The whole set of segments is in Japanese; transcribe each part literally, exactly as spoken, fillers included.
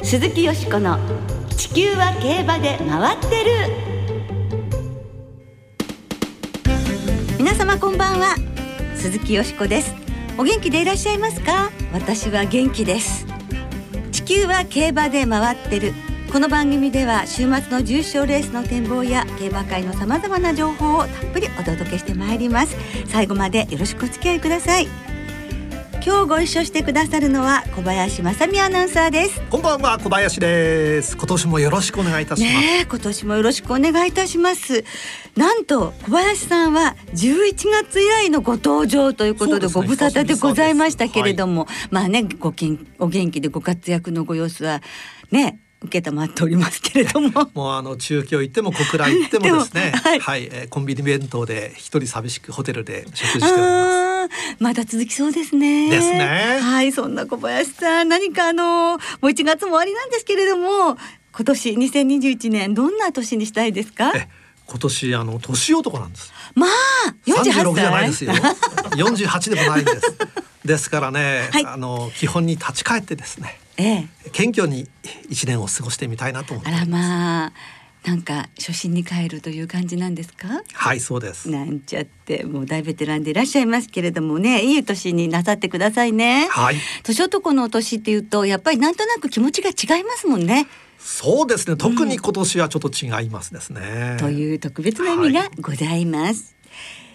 鈴木よしこの地球は競馬で回ってる。皆様こんばんは、鈴木よしこです。お元気でいらっしゃいますか？私は元気です。地球は競馬で回ってる。この番組では週末の重賞レースの展望や競馬界のさまざまな情報をたっぷりお届けしてまいります。最後までよろしくお付き合いください。今日ご一緒してくださるのは小林正美アナウンサーです。 こんばんは、小林です。今年もよろしくお願いいたします。 ねえ、今年もよろしくお願いいたします。なんと小林さんはじゅういちがつ以来のご登場ということで、ご無沙汰でございましたけれども、はい、まあね、ごけんお元気でご活躍のご様子はね受けたまっておりますけれどももうあの中京行っても小倉行ってもですねはい、はいえー、コンビニ弁当で一人寂しくホテルで食事しております。 まだ続きそうですね。 ですね。 はい、そんな小林さん、何かあのもういちがつも終わりなんですけれども、今年にせんにじゅういちねんどんな年にしたいですか？ え今年あの年男なんです。 まあよんじゅうはっさい、さんじゅうろくじゃないですよよんじゅうはちでもないんですですからね、 はい、 あの基本に立ち返ってですね、 ええ、 謙虚に一年を過ごしてみたいなと思っています。 あらまあ、なんか初心に帰るという感じなんですか？ はい、そうです。 なんちゃってもう大ベテランでいらっしゃいますけれどもね、いい年になさってくださいね。 はい。 年男のお年っていうとやっぱりなんとなく気持ちが違いますもんね。 そうですね、特に今年はちょっと違いますですね、うん、 という特別な意味がございます、はい、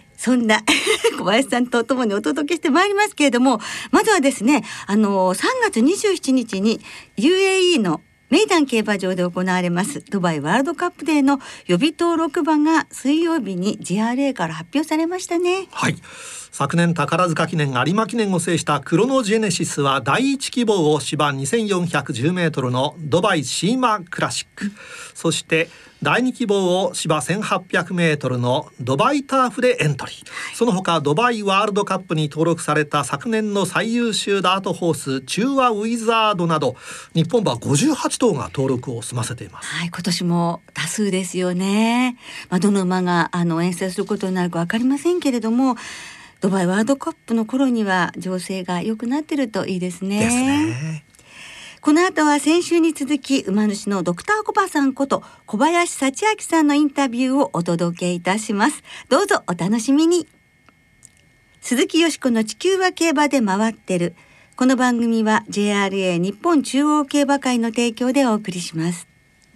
そんな小林さんとともにお届けしてまいりますけれども、まずはですね、あのさんがつにじゅうしちにちに ユーエーイー のメイダン競馬場で行われますドバイワールドカップデーの予備登録馬が水曜日に ジェーアールエー から発表されましたね。 はい、昨年宝塚記念有馬記念を制したクロノジェネシスはだいいち希望を芝にせんよんひゃくじゅうメートルのドバイシーマクラシック、そしてだいに希望を芝せんはっぴゃくメートルのドバイターフでエントリー。その他ドバイワールドカップに登録された昨年の最優秀ダートホースチューアウィザードなど日本馬ごじゅうはちとうが登録を済ませています。 はい、今年も多数ですよね。まあ、どの馬があの遠征することになるか分かりませんけれども、ドバイワールドカップの頃には情勢が良くなってるといいですね。 ですね。 この後は先週に続き馬主のドクターコパさんこと小林幸明さんのインタビューをお届けいたします。どうぞお楽しみに。鈴木よしこの地球は競馬で回ってる。この番組は ジェーアールエー 日本中央競馬会の提供でお送りします。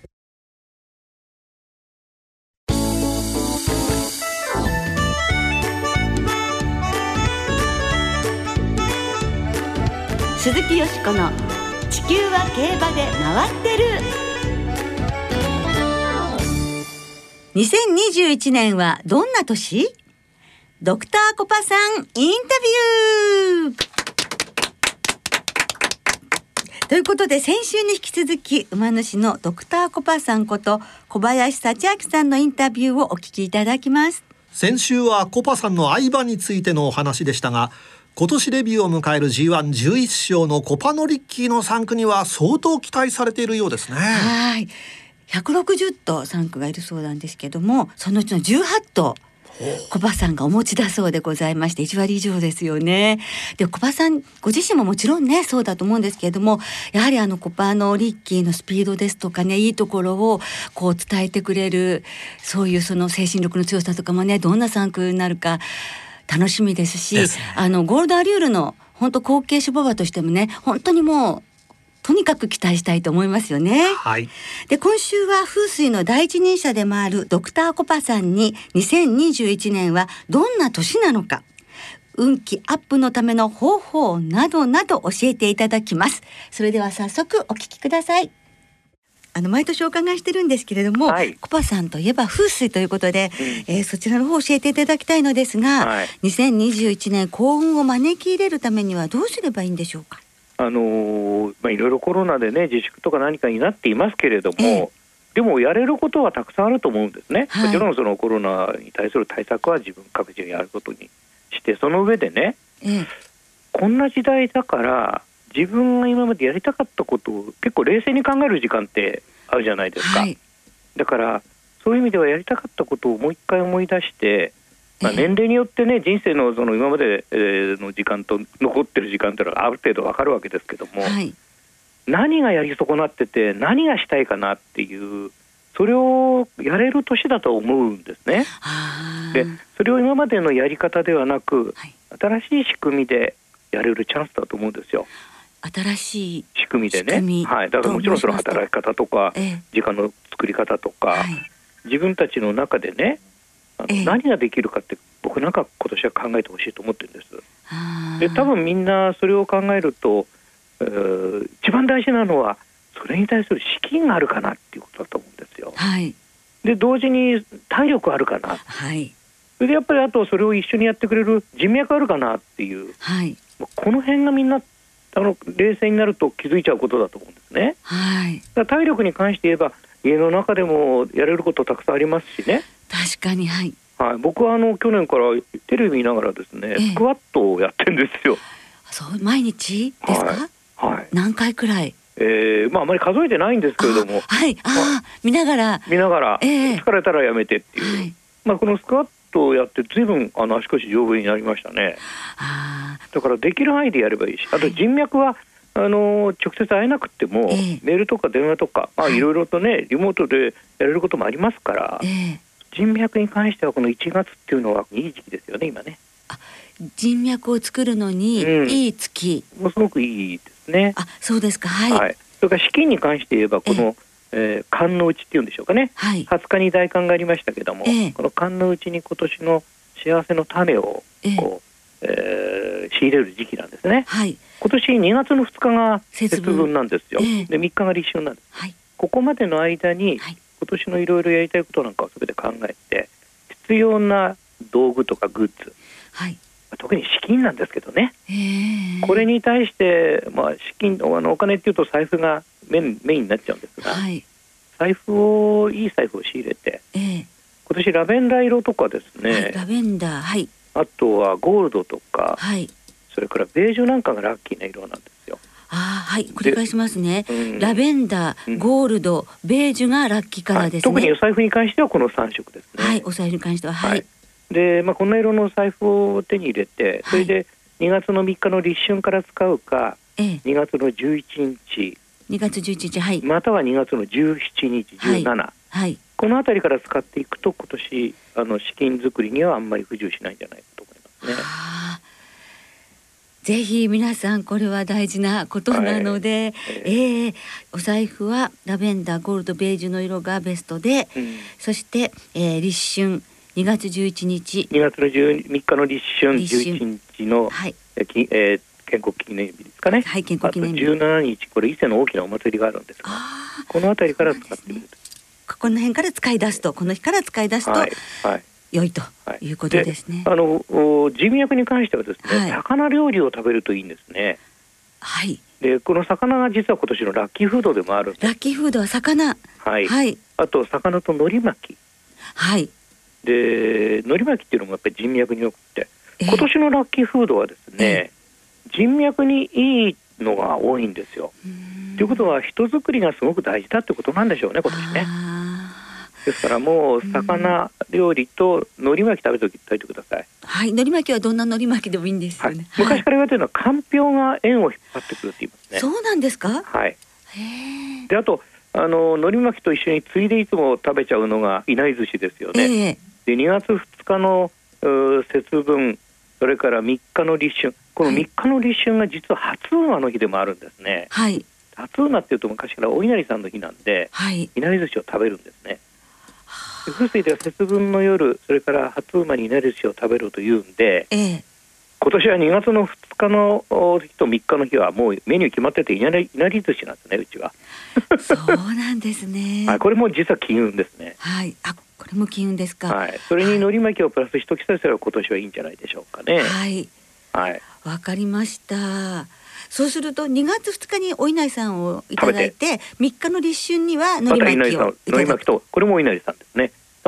鈴木よしこの地球は競馬で回ってる。にせんにじゅういちねんはどんな年？ドクターコパさんインタビューということで、先週に引き続き馬主のドクターコパさんこと小林幸明さんのインタビューをお聞きいただきます。 先週はコパさんの愛馬についてのお話でしたが、今年デビューを迎える ジーワンじゅういっ 勝のコパノリッキーのさんくには相当期待されているようですね。 はい、ひゃくろくじゅっとうさんくがいるそうなんですけども、そのうちのじゅうはっとうコパさんがお持ちだそうでございまして、いちわり以上ですよね。で、コパさんご自身ももちろんねそうだと思うんですけれども、やはりあのコパノリッキーのスピードですとかね、いいところをこう伝えてくれる、そういうその精神力の強さとかもね、どんなさんくになるか楽しみですし、 ですね、 あのゴールドアリュールの本当後継種馬場としてもね、本当にもうとにかく期待したいと思いますよね。 はい、 で、今週は風水の第一人者でもあるドクターコパさんににせんにじゅういちねんはどんな年なのか、運気アップのための方法などなど教えていただきます。それでは早速お聞きください。あの毎年お伺いしてるんですけれども、はい、コパさんといえば風水ということで、うんえー、そちらの方を教えていただきたいのですが、はい、にせんにじゅういちねん幸運を招き入れるためにはどうすればいいんでしょうか？ あのーまあ、いろいろコロナでね自粛とか何かになっていますけれども、ええ、でもやれることはたくさんあると思うんですね、はい、もちろんそのコロナに対する対策は自分各自にやることにして、その上でね、ええ、こんな時代だから自分が今までやりたかったことを結構冷静に考える時間ってあるじゃないですか、はい、だからそういう意味ではやりたかったことをもう一回思い出して、まあ、年齢によってね人生 の, その今までの時間と残ってる時間というのがある程度分かるわけですけども、はい、 何がやり損なってて何がしたいかなっていうそれをやれる年だと思うんですね。でそれを今までのやり方ではなく、はい、新しい仕組みでやれるチャンスだと思うんですよ。 新しい仕組みでね、はい、だからもちろんその働き方とか、ええ、時間の作り方とか、はい、自分たちの中でねあの、ええ、何ができるかって僕なんか今年は考えてほしいと思ってるんです。で多分みんなそれを考えると、えー、一番大事なのはそれに対する資金があるかなっていうことだと思うんですよ。 はい、で同時に体力あるかな、 はい、 それでやっぱりあとそれを一緒にやってくれる人脈あるかなっていう、はい、この辺がみんなあの冷静になると気づいちゃうことだと思うんですね。 はい、 だから体力に関して言えば家の中でもやれることたくさんありますしね。 確かに、はいはい、僕はあの去年からテレビ見ながらですね、ええ、スクワットをやってるんですよ。 そう毎日ですか？ はいはい、 何回くらい？ えーまあ、あまり数えてないんですけれども、 あ、はい、あ、まあ、見ながら見ながら、えー、疲れたらやめてっていう、はい、まあ、このスクワットをやって随分あの足腰丈夫になりましたね。 あ、 だからできる範囲でやればいいし、あと人脈は、はい、あの直接会えなくても、えー、メールとか電話とか、まあ、いろいろとねリモートでやれることもありますから、えー、人脈に関してはこのいちがつっていうのはいい時期ですよね今ね。 あ、人脈を作るのにいい月、 うん、もうすごくいいですね。 あ、そうですか、はい、 はい、それから資金に関して言えばこの、えー、寒の内っていうんでしょうかね、はい、はつかに大寒がありましたけども、えー、この寒の内に今年の幸せの種をこう、えーえー、仕入れる時期なんですね、はい、今年にがつのふつかが節分なんですよ、えー、でみっかが立春なんです、はい、ここまでの間に、はい、今年のいろいろやりたいことなんかを全て考えて必要な道具とかグッズ、はい、特に資金なんですけどね、えー、これに対して、まあ、資金あのお金っていうと財布がメイン、メインになっちゃうんですが、はい、財布をいい財布を仕入れて、えー、今年ラベンダー色とかですね、はい、 ラベンダー、はい、 あとはゴールドとか、はい、それからベージュなんかがラッキーな色なんですよ。 あ、はい、繰り返しますね、うん、ラベンダー、ゴールド、ベージュがラッキーカラーですね、 はい、特にお財布に関してはこのさん色ですね。 はい、お財布に関しては、はい、はい、 でまあ、こんな色の財布を手に入れて、それでにがつのみっかの立春から使うか、はい、にがつのじゅういちにち、 にがつじゅういちにち、はい、またはにがつのじゅうしちにち、じゅうしち、はいはい、このあたりから使っていくと今年あの資金作りにはあんまり不自由しないんじゃないかと思いますね。 はあ、ぜひ皆さんこれは大事なことなので、はい、えー、お財布はラベンダー、ゴールド、ベージュの色がベストで、うん、そして、えー、立春にがつじゅういちにち、 にがつのじゅうみっかの立春、じゅういちにちの、はい、えーえー、建国記念日ですかね、 はい、建国記念日、 あとじゅうしちにちこれ伊勢の大きなお祭りがあるんですが、このあたりから使ってみると、 この辺から使い出すと、この日から使い出すと、はいはい、良いということですね。 あの人脈に関してはですね、はい、魚料理を食べるといいんですね。 はい。でこの魚が実は今年のラッキーフードでもあるんです。 ラッキーフードは魚、 はい、はい、あと魚と海苔巻き、 はい、 で海苔巻きっていうのもやっぱり人脈によくて、えー、今年のラッキーフードはですね、えー、人脈にいいのが多いんですよ。ということは人作りがすごく大事だってことなんでしょうね今年ね。ですからもう魚料理と海苔巻き食べておいてください。 はい、海苔巻きはどんな海苔巻きでもいいんですよね。 はい、昔から言われてるのはかんぴょうが縁を引っ張ってくるって言いますね。 そうなんですか。 はい。へであとあの海苔巻きと一緒についでいつも食べちゃうのがいなり寿司ですよね。えー、でにがつふつかの節分、それからみっかの立春、このみっかの立春が実は初馬の日でもあるんですね。はい、初馬っていうと昔からお稲荷さんの日なんで、はい、いなり寿司を食べるんですね。風水では節分の夜、それから初馬にいなり寿司を食べるというんで、ええ、今年はにがつのふつかの日とみっかの日はもうメニュー決まってていなり、いなり寿司なんですね、うちは。 そうなんですね。 はい、これも実は金運ですね。 はい、あ、これも金運ですか。 はい、それに海苔巻きをプラス一桁すれば今年はいいんじゃないでしょうかね。 はい、はい、わかりました。そうするとにがつふつかにお稲荷さんをいただいて、みっかの立春には海苔巻きをいただく。 海苔巻きとこれもお稲荷さんですね。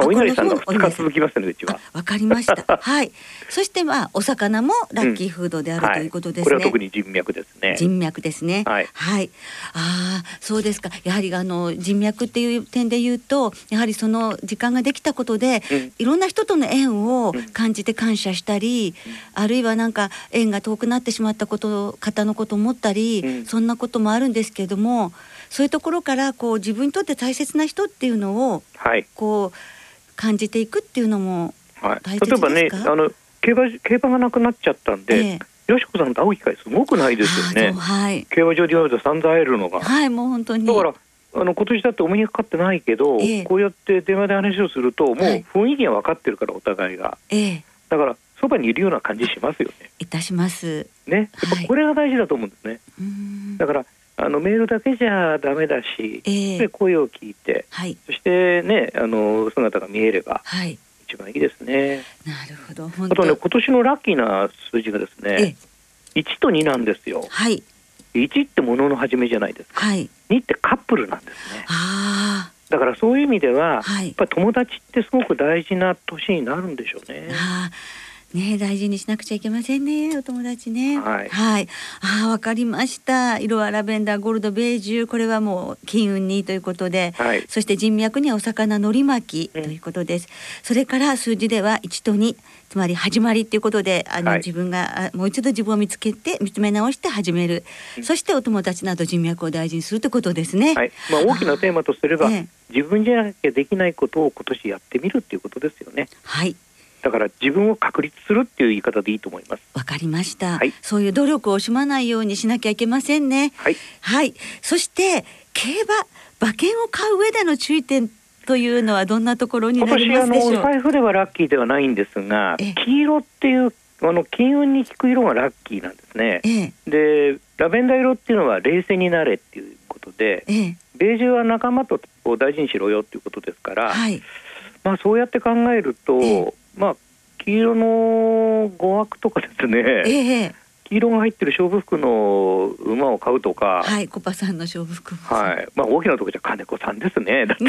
お稲荷さんがふつか続きますね、うちは。 わかりましたはいそしてまあお魚もラッキーフードである、うん、ということですね、 はい、これは特に人脈ですね。 人脈ですね。 はい、 はい、ああそうですか。やはりあの人脈っていう点で言うと、やはりその時間ができたことで、うん、いろんな人との縁を感じて感謝したり、うん、あるいはなんか縁が遠くなってしまったこと方のことを思ったり、うん、そんなこともあるんですけれども、そういうところからこう自分にとって大切な人っていうのを、はい、こう感じていくっていうのも大切ですか？はい、例えばね、 あの競馬、競馬がなくなっちゃったんで、ええ、よしこさんと会う機会すごくないですよね。はい、競馬場で会うと散々会えるのが、 はい、もう本当にだからあの今年だってお目にかかってないけど、ええ、こうやって電話で話をするともう雰囲気が分かってるから、お互いが、ええ、だからそばにいるような感じしますよね。 いたしますね。やっぱこれが大事だと思うんですね。はい、だからあのメールだけじゃダメだし、えー、で声を聞いて、はい、そしてね、あの姿が見えれば、はい、一番いいですね。 なるほど。 あとね、今年のラッキーな数字がですね、いちとになんですよ。はい、いちってものの始めじゃないですか、はい、にってカップルなんですね。あ、だからそういう意味では、はい、やっぱ友達ってすごく大事な年になるんでしょうね。 あね、大事にしなくちゃいけませんね、お友達ね。はい、はい、あ、わかりました。色はラベンダー、ゴールド、ベージュ、これはもう金運にということで、はい、そして人脈にはお魚のり巻きということです、うん、それから数字ではいちとに、つまり始まりということで、あの、はい、自分がもう一度自分を見つけて見つめ直して始める、うん、そしてお友達など人脈を大事にするということですね。 はい、まあ、大きなテーマとすれば、ええ、自分じゃなきゃできないことを今年やってみるということですよね。はい、だから自分を確立するっていう言い方でいいと思います。 わかりました、はい、そういう努力を惜しまないようにしなきゃいけませんね。はい、はい、そして競馬、馬券を買う上での注意点というのはどんなところになりますでしょう？ 今年あの財布ではラッキーではないんですが、黄色っていうあの金運に効く色がラッキーなんですね。ええ、でラベンダー色っていうのは冷静になれっていうことで、ええ、ベージュは仲間と大事にしろよっていうことですから、はい、まあ、そうやって考えると、ええ、まあ、黄色の語枠とかですね、ええ、黄色が入ってる勝負服の馬を買うとか、 はい、コパさんの勝負服、 はい、まあ、大きなところじゃ金子さんですねだって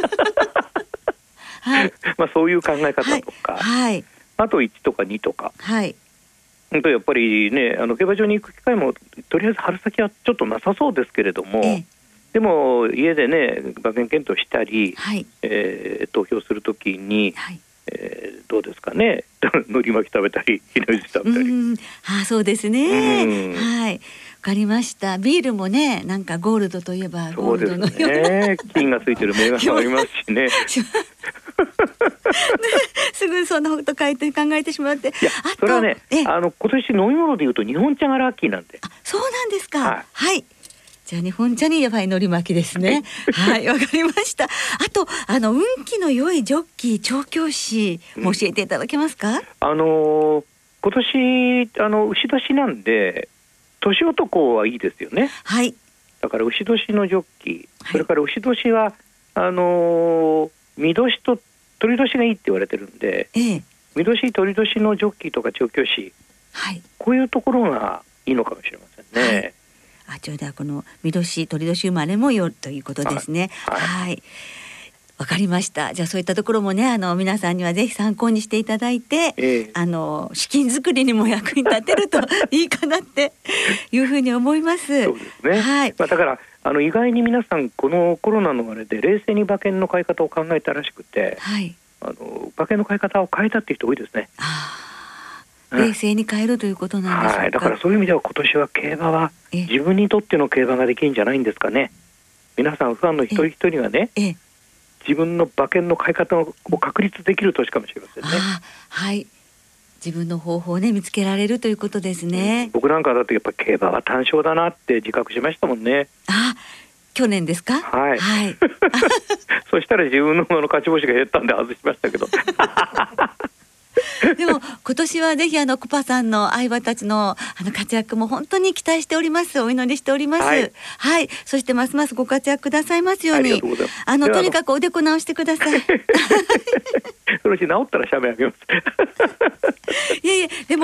はい、まあ、そういう考え方とか、はいはい、あといちとかにとか、はい、本当やっぱりね、あの競馬場に行く機会もとりあえず春先はちょっとなさそうですけれども、ええ、でも家でね馬券検討したり、はい、えー、投票するときに、はい、えー、どうですかねのり巻き食べたりひなじ食べたり、うん、 あ、そうですね、はい、わかりました。ビールもね、なんかゴールドといえばゴールドのような、そうですね、 金がついてる銘柄もありますしねすぐそんなこと書いて考えてしまって、いや、 あとそれはね、あの今年飲み物でいうと日本茶がラッキーなんで。 あ、そうなんですか。はい、はい、じゃあ日本茶にやばいのり巻きですね。はい、わかりました。あとあの運気の良いジョッキー調教師も教えていただけますか？うん、 あのー、今年あの牛年なんで年男はいいですよね。はい。だから牛年のジョッキー、はい、それから牛年はあのー、見年と鳥年がいいって言われてるんで、ええ、見年鳥年のジョッキーとか調教師、はい、こういうところがいいのかもしれませんね。はい、 あ、ちょうどこの見年鳥年生まれもよということですね。はい、はい、わかりました。じゃあそういったところもね、あの皆さんにはぜひ参考にしていただいて、えー、あの資金作りにも役に立てるといいかなっていうふうに思います。 そうですね。はい。まあ、だからあの意外に皆さんこのコロナのあれで冷静に馬券の買い方を考えたらしくて、はい、あの馬券の買い方を変えたっていう人多いですね。 あ、冷静に変えるということなんでしょうか。 はい、だからそういう意味では今年は競馬は自分にとっての競馬ができるんじゃないんですかね。皆さんファンの一人一人がね、自分の馬券の買い方を確立できる年かもしれませんね。 あ、はい、自分の方法をね見つけられるということですね。 うん、僕なんかだってやっぱ競馬は単勝だなって自覚しましたもんね。 あ、去年ですか。 はい、はい、そしたら自分の勝ち星が減ったんで外しましたけどでも今年はぜひあのコパさんの相葉たちのあの活躍も本当に期待しております。お祈りしております。はい、はい、そしてますますご活躍くださいますように。あのとにかくおでこ直してくださいそのうち治ったら写メあげますいやいや、でも本当に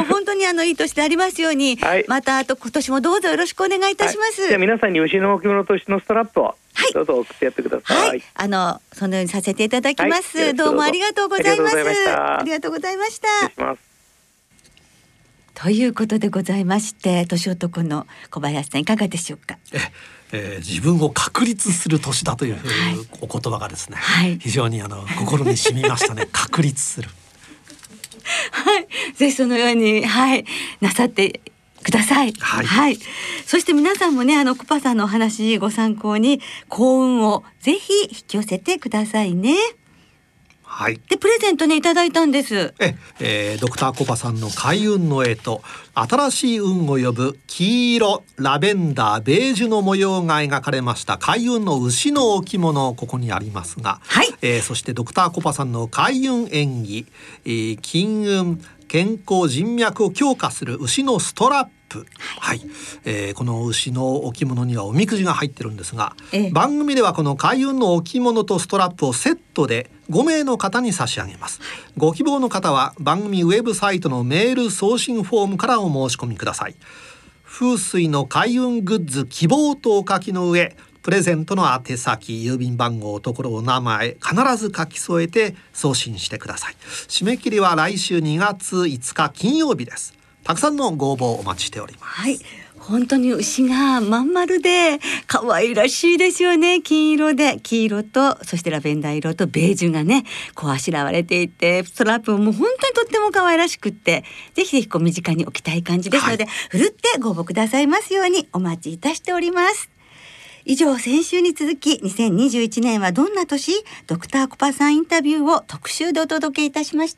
にあのいい年でありますように、はい、またあと今年もどうぞよろしくお願いいたします。はい、 じゃあ皆さんに牛の置物と牛のストラップをどうぞ送ってやってください。はい、 あのそのようにさせていただきます。はい、どうもありがとうございます。ありがとうございました。 失礼します。 ということでございまして、年男の小林さんいかがでしょうか。 ええー、自分を確立する年だという、はい、お言葉がですね、はい、非常にあの心に染みましたね。確立する。 はい、ぜひそのように、はい、なさってください。はい、はい、そして皆さんもね、あのコパさんのお話ご参考に幸運をぜひ引き寄せてくださいね。 はい、 でプレゼントねいただいたんです。 え、えー、ドクターコパさんの開運の絵と新しい運を呼ぶ黄色、ラベンダー、ベージュの模様が描かれました開運の牛の置物、ここにありますが、はい、えー、そしてドクターコパさんの開運演技、えー、金運、健康、人脈を強化する牛のストラップ、はい、えー、この牛の置物にはおみくじが入ってるんですが、ええ、番組ではこの開運の置物とストラップをセットでごめいの方に差し上げます。はい、ご希望の方は番組ウェブサイトのメール送信フォームからお申し込みください。風水の開運グッズ希望とお書きの上、プレゼントの宛先、郵便番号、ところ、お名前必ず書き添えて送信してください。締め切りは来週にがついつか金曜日です。たくさんのご応募お待ちしております。 はい、本当に牛がまん丸で可愛らしいですよね。金色で、黄色とそしてラベンダー色とベージュがねこうあしらわれていて、ストラップも本当にとっても可愛らしくって、ぜひぜひこう身近に置きたい感じですので、はい、ふるってご応募くださいますようにお待ちいたしております。以上、先週に続きにせんにじゅういちねんはどんな年、ドクターコパさんインタビューを特集でお届けいたしました。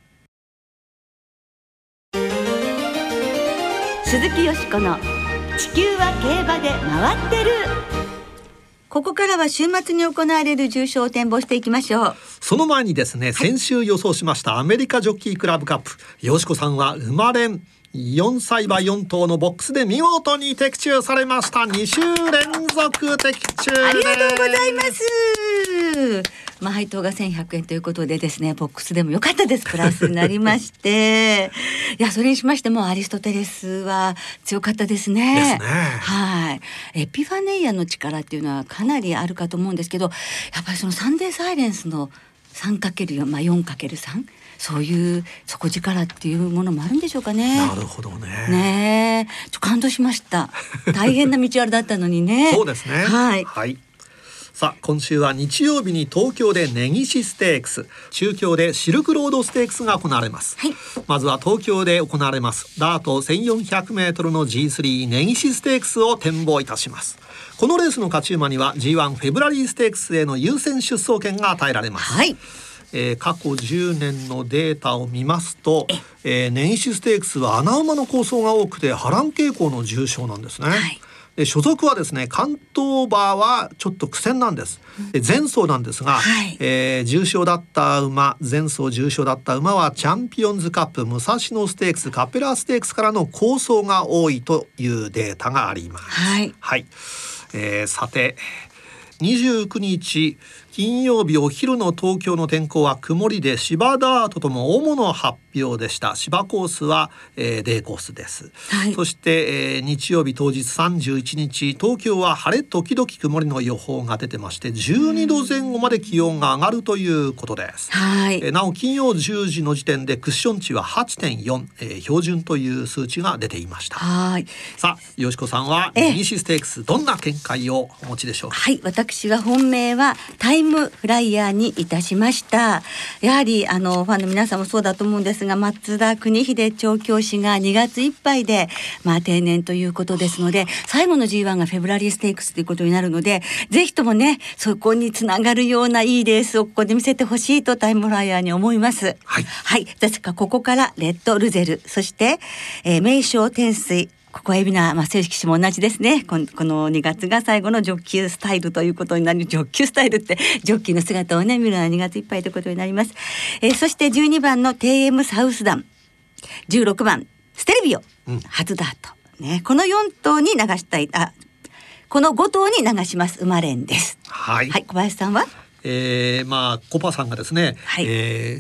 鈴木よしこの地球は競馬で回ってる。ここからは週末に行われる重賞を展望していきましょう。 その前にですね、はい、先週予想しましたアメリカジョッキークラブカップ、よしこさんは生まれんよんさい馬よん頭のボックスで見事に的中されました。に週連続的中です。 ありがとうございます。まあ配当がせんひゃくえんということでですね、ボックスでも良かったです。プラスになりましていや、それにしましてもアリストテレスは強かったですね。 ですね。 はい、エピファネイアの力っていうのはかなりあるかと思うんですけど、やっぱりそのサンデーサイレンスの さんかけるよん、まあ よんかけるさん、そういう底力っていうものもあるんでしょうかね。 なるほどね。 ねえ、ちょっと感動しました。大変な道あれだったのにね。 そうですね。 はい、 はい。さあ、今週は日曜日に東京で根岸ステークス、中京でシルクロードステークスが行われます。はい、まずは東京で行われますダートせんよんひゃくメートルの ジースリー 根岸ステークスを展望いたします。このレースの勝ち馬には ジーワン フェブラリーステークスへの優先出走権が与えられます。はい、えー、過去じゅうねんのデータを見ますと、えー、根岸ステークスは穴馬の構想が多くて波乱傾向の重賞なんですね。はい、で所属はですね、関東馬はちょっと苦戦なんです。で前走なんですが、はい、えー、重賞だった馬、前走重賞だった馬はチャンピオンズカップ、武蔵野ステークス、カペラステークスからの構想が多いというデータがあります。はい、はい、えー、さてにじゅうくにち金曜日お昼の東京の天候は曇りで、芝ダートとも主の発表でした。芝コースは、えー、デーコースです。はい、そして、えー、日曜日当日さんじゅういちにち東京は晴れ時々曇りの予報が出てまして、じゅうにどぜん後まで気温が上がるということです。はい、えー、なお金曜じゅうじの時点でクッション値は はちてんよん、えー、標準という数値が出ていました。はい、さあ、よしこさんは根岸ステークスどんな見解をお持ちでしょうか。 はい、私は本命はタイムフライヤーにいたしました。やはりあのファンの皆さんもそうだと思うんですが、松田邦秀調教師がにがついっぱいで、まあ、定年ということですので、最後の ジーワン がフェブラリーステークスということになるので、ぜひともねそこにつながるようないいレースをここで見せてほしいとタイムフライヤーに思います。はい、はい、ですからここからレッドルゼル、そして、えー、名将天水、ここは海老名正義騎手も同じですね。この、このにがつが最後のジョッキースタイルということになり、ジョッキースタイルってジョッキーの姿をね見るのはにがついっぱいということになります。えー、そしてじゅうにばんの ティーエム サウスダン、じゅうろくばんステレビオ、うん、初ダート、ね、このよん頭に流したい、あ、このご頭に流します馬連です。はい、はい、小林さんは、 えー、まあコパさんがですね、はい、えー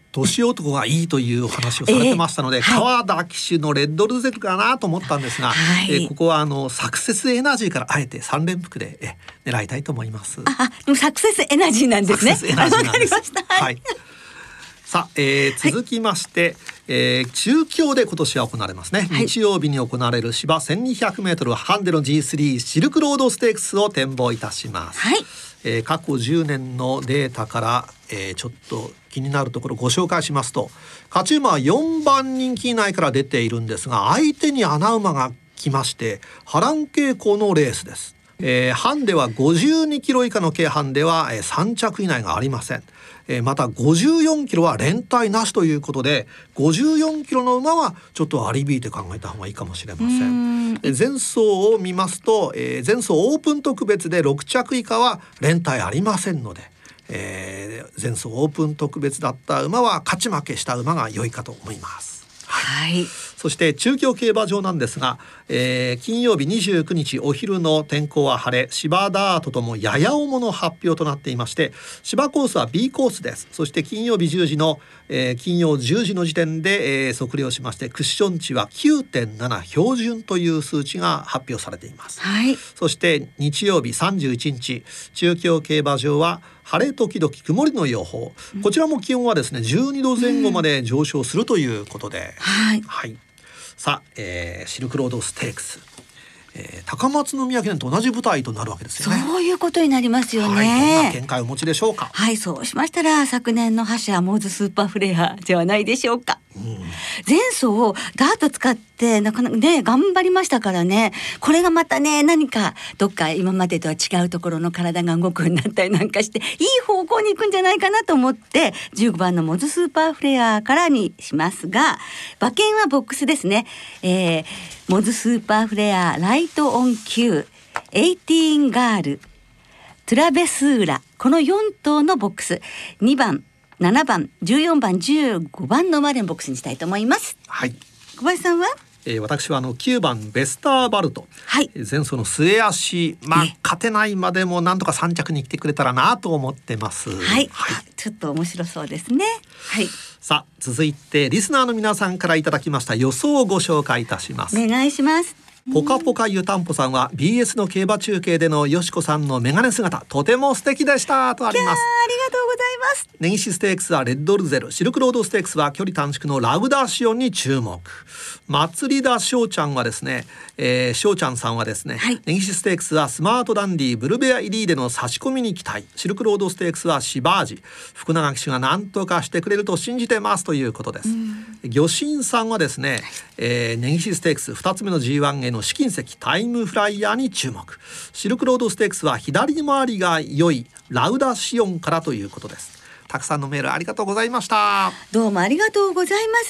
年男がいいというお話をされてましたので、えー、川田騎手のレッドルゼルかなと思ったんですが、はい、えー、ここはあのサクセスエナジーからあえてさん連複でえ狙いたいと思います。 あ、でもサクセスエナジーなんですね。 サクセスエナジーなんです。 わかりました。はい。 さあ、えー、続きまして、はい、えー、中京で今年は行われますね、はい、日曜日に行われる芝 せんにひゃくメートル ハンデの ジースリー シルクロードステークスを展望いたします。 はい、 えー、過去じゅうねんのデータから、えー、ちょっと気になるところご紹介しますと、勝ち馬はよんばん人気以内から出ているんですが、相手に穴馬が来まして波乱傾向のレースです。えー、ハンデはごじゅうにキロ以下の軽ハンデは、えー、さん着以内がありません。えー、またごじゅうよんキロは連帯なしということで、ごじゅうよんキロの馬はちょっと割り引いて考えた方がいいかもしれません。ん、えー、前走を見ますと、えー、前走オープン特別でろく着以下は連帯ありませんので、えー、前走オープン特別だった馬は勝ち負けした馬が良いかと思います。 はい、 そして中京競馬場なんですが、えー、金曜日にじゅうくにちお昼の天候は晴れ、芝ダートともやや重の発表となっていまして、芝コースは B コースです。そして金曜日じゅうじの、えー、金曜じゅうじの時点で、えー、測量しまして、クッション値は きゅうてんなな 標準という数値が発表されています。 はい、 そして日曜日さんじゅういちにち中京競馬場は晴れ時々曇りの予報、こちらも気温はですねじゅうにどぜん後まで上昇するということで、うん、 はい、 はい、さあ、えー、シルクロードステークス、えー、高松宮記念と同じ舞台となるわけですよね。 そういうことになりますよね。 はい、どんな見解をお持ちでしょうか。 はい、そうしましたら昨年の覇者モーズスーパーフレアではないでしょうか。うん、前走ダート使ってなかなかね頑張りましたからね、これがまたね何かどっか今までとは違うところの体が動くようになったりなんかしていい方向に行くんじゃないかなと思ってじゅうごばんのモズスーパーフレアからにしますが、馬券はボックスですね。えー、モズスーパーフレア、ライトオン Q、 エイティーンガール、トゥラベスーラ、このよん頭のボックス、にばんななばんじゅうよんばんじゅうごばんの馬連ボックスにしたいと思います。 はい、 小林さんは、 えー、私はあのきゅうばんベスターバルト、 はい、 前走の末足、まあ、勝てないまでもなんとかさん着に来てくれたらなと思ってます。 はい、はい、ちょっと面白そうですね。はい、 さあ続いてリスナーの皆さんからいただきました予想をご紹介いたします。 お願いします。 ポカポカ湯たんぽさんは ビーエス の競馬中継でのよしこさんのメガネ姿とても素敵でしたとあります。 ありがとうございます。 根岸ステークスはレッドルゼル、シルクロードステークスは距離短縮のラウダーシオンに注目。祭りだしょうちゃんはですね、えー、しょうちゃんさんはですね、はい、根岸ステークスはスマートダンディブルベアイリーでの差し込みに期待、シルクロードステークスはシバージ、福永騎手が何とかしてくれると信じてますということです。魚神さんはですね、えー、根岸ステークスふたつめの ジーワン への試金石タイムフライヤーに注目。シルクロードステークスは左回りが良いラウダシオンからということです。たくさんのメールありがとうございました。 どうもありがとうございます。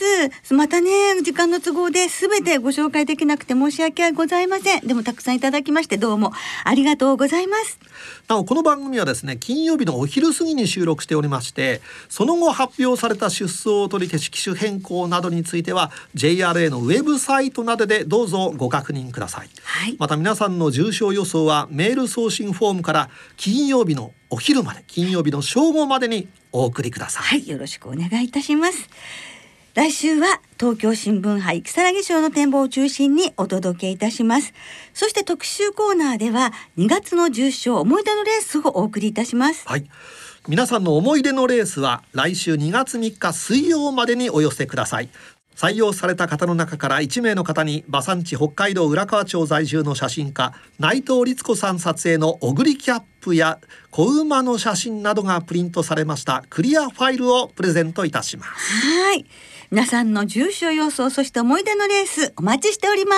またね時間の都合で全てご紹介できなくて申し訳ございません。でもたくさんいただきましてどうもありがとうございます。 なおこの番組はですね金曜日のお昼過ぎに収録しておりまして、その後発表された出走取り消し機種変更などについては ジェイアールエー のウェブサイトなどでどうぞご確認ください。 はい、 また皆さんの重賞予想はメール送信フォームから金曜日のお昼まで、金曜日の正午までにお送りください。 はい、よろしくお願いいたします。来週は東京新聞杯如月賞の展望を中心にお届けいたします。そして特集コーナーではにがつの重賞思い出のレースをお送りいたします。 はい、皆さんの思い出のレースは来週にがつみっか水曜までにお寄せください。採用された方の中からいちめいの方に馬産地北海道浦河町在住の写真家内藤律子さん撮影のオグリキャップや子馬の写真などがプリントされましたクリアファイルをプレゼントいたします。 はい、皆さんの重賞予想そして思い出のレースお待ちしております。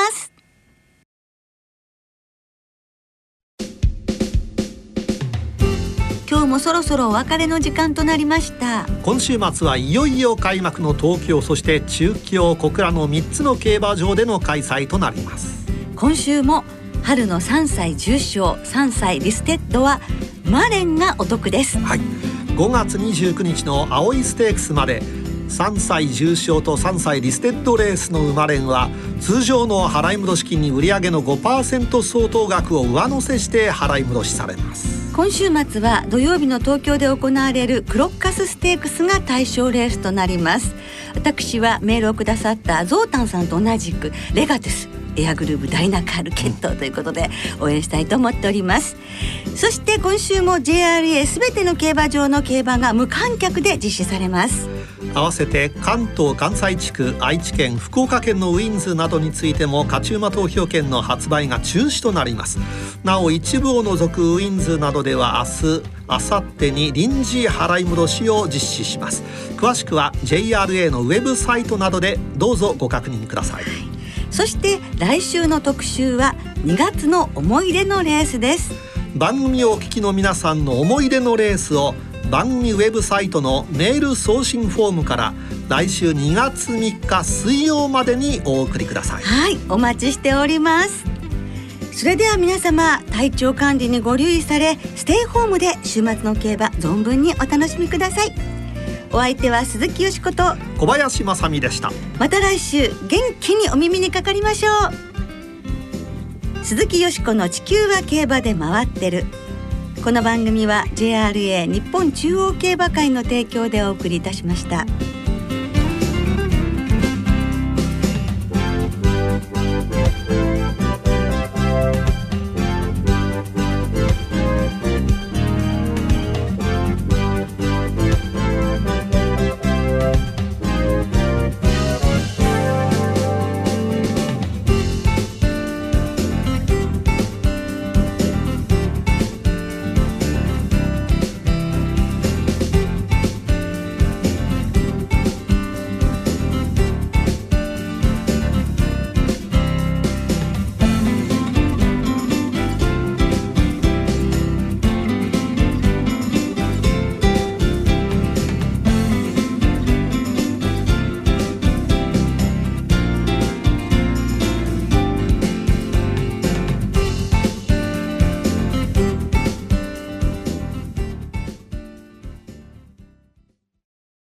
今日もそろそろお別れの時間となりました。 今週末はいよいよ開幕の東京そして中京小倉のみっつの競馬場での開催となります。 今週も春のさんさい重賞さんさいリステッドはマレンがお得です。 はい、ごがつにじゅうくにちの青いステークスまでさんさい重賞とさんさいリステッドレースの馬連は通常の払い戻し金に売上の ごパーセント 相当額を上乗せして払い戻しされます。 今週末は土曜日の東京で行われるクロッカスステークスが対象レースとなります。私はメールをくださったゾウタンさんと同じくレガトゥスエアグルーヴダイナカール決闘ということで応援したいと思っております。そして今週も ジェイアールエー すべての競馬場の競馬が無観客で実施されます。 合わせて関東関西地区、愛知県、福岡県のウィンズなどについても勝ち馬投票券の発売が中止となります。なお一部を除くウィンズなどでは明日明後日に臨時払い戻しを実施します。詳しくは ジェイアールエー のウェブサイトなどでどうぞご確認ください。 そして来週の特集はにがつの思い出のレースです。 番組をお聞きの皆さんの思い出のレースを番組ウェブサイトのメール送信フォームから来週にがつみっか水曜までにお送りください。 はい、お待ちしております。それでは皆様、体調管理にご留意されステイホームで週末の競馬存分にお楽しみください。お相手は鈴木よしこと小林正美でした。 また来週元気にお耳にかかりましょう。鈴木よしこの地球は競馬で回ってる。この番組は ジェイアールエー 日本中央競馬会の提供でお送りいたしました。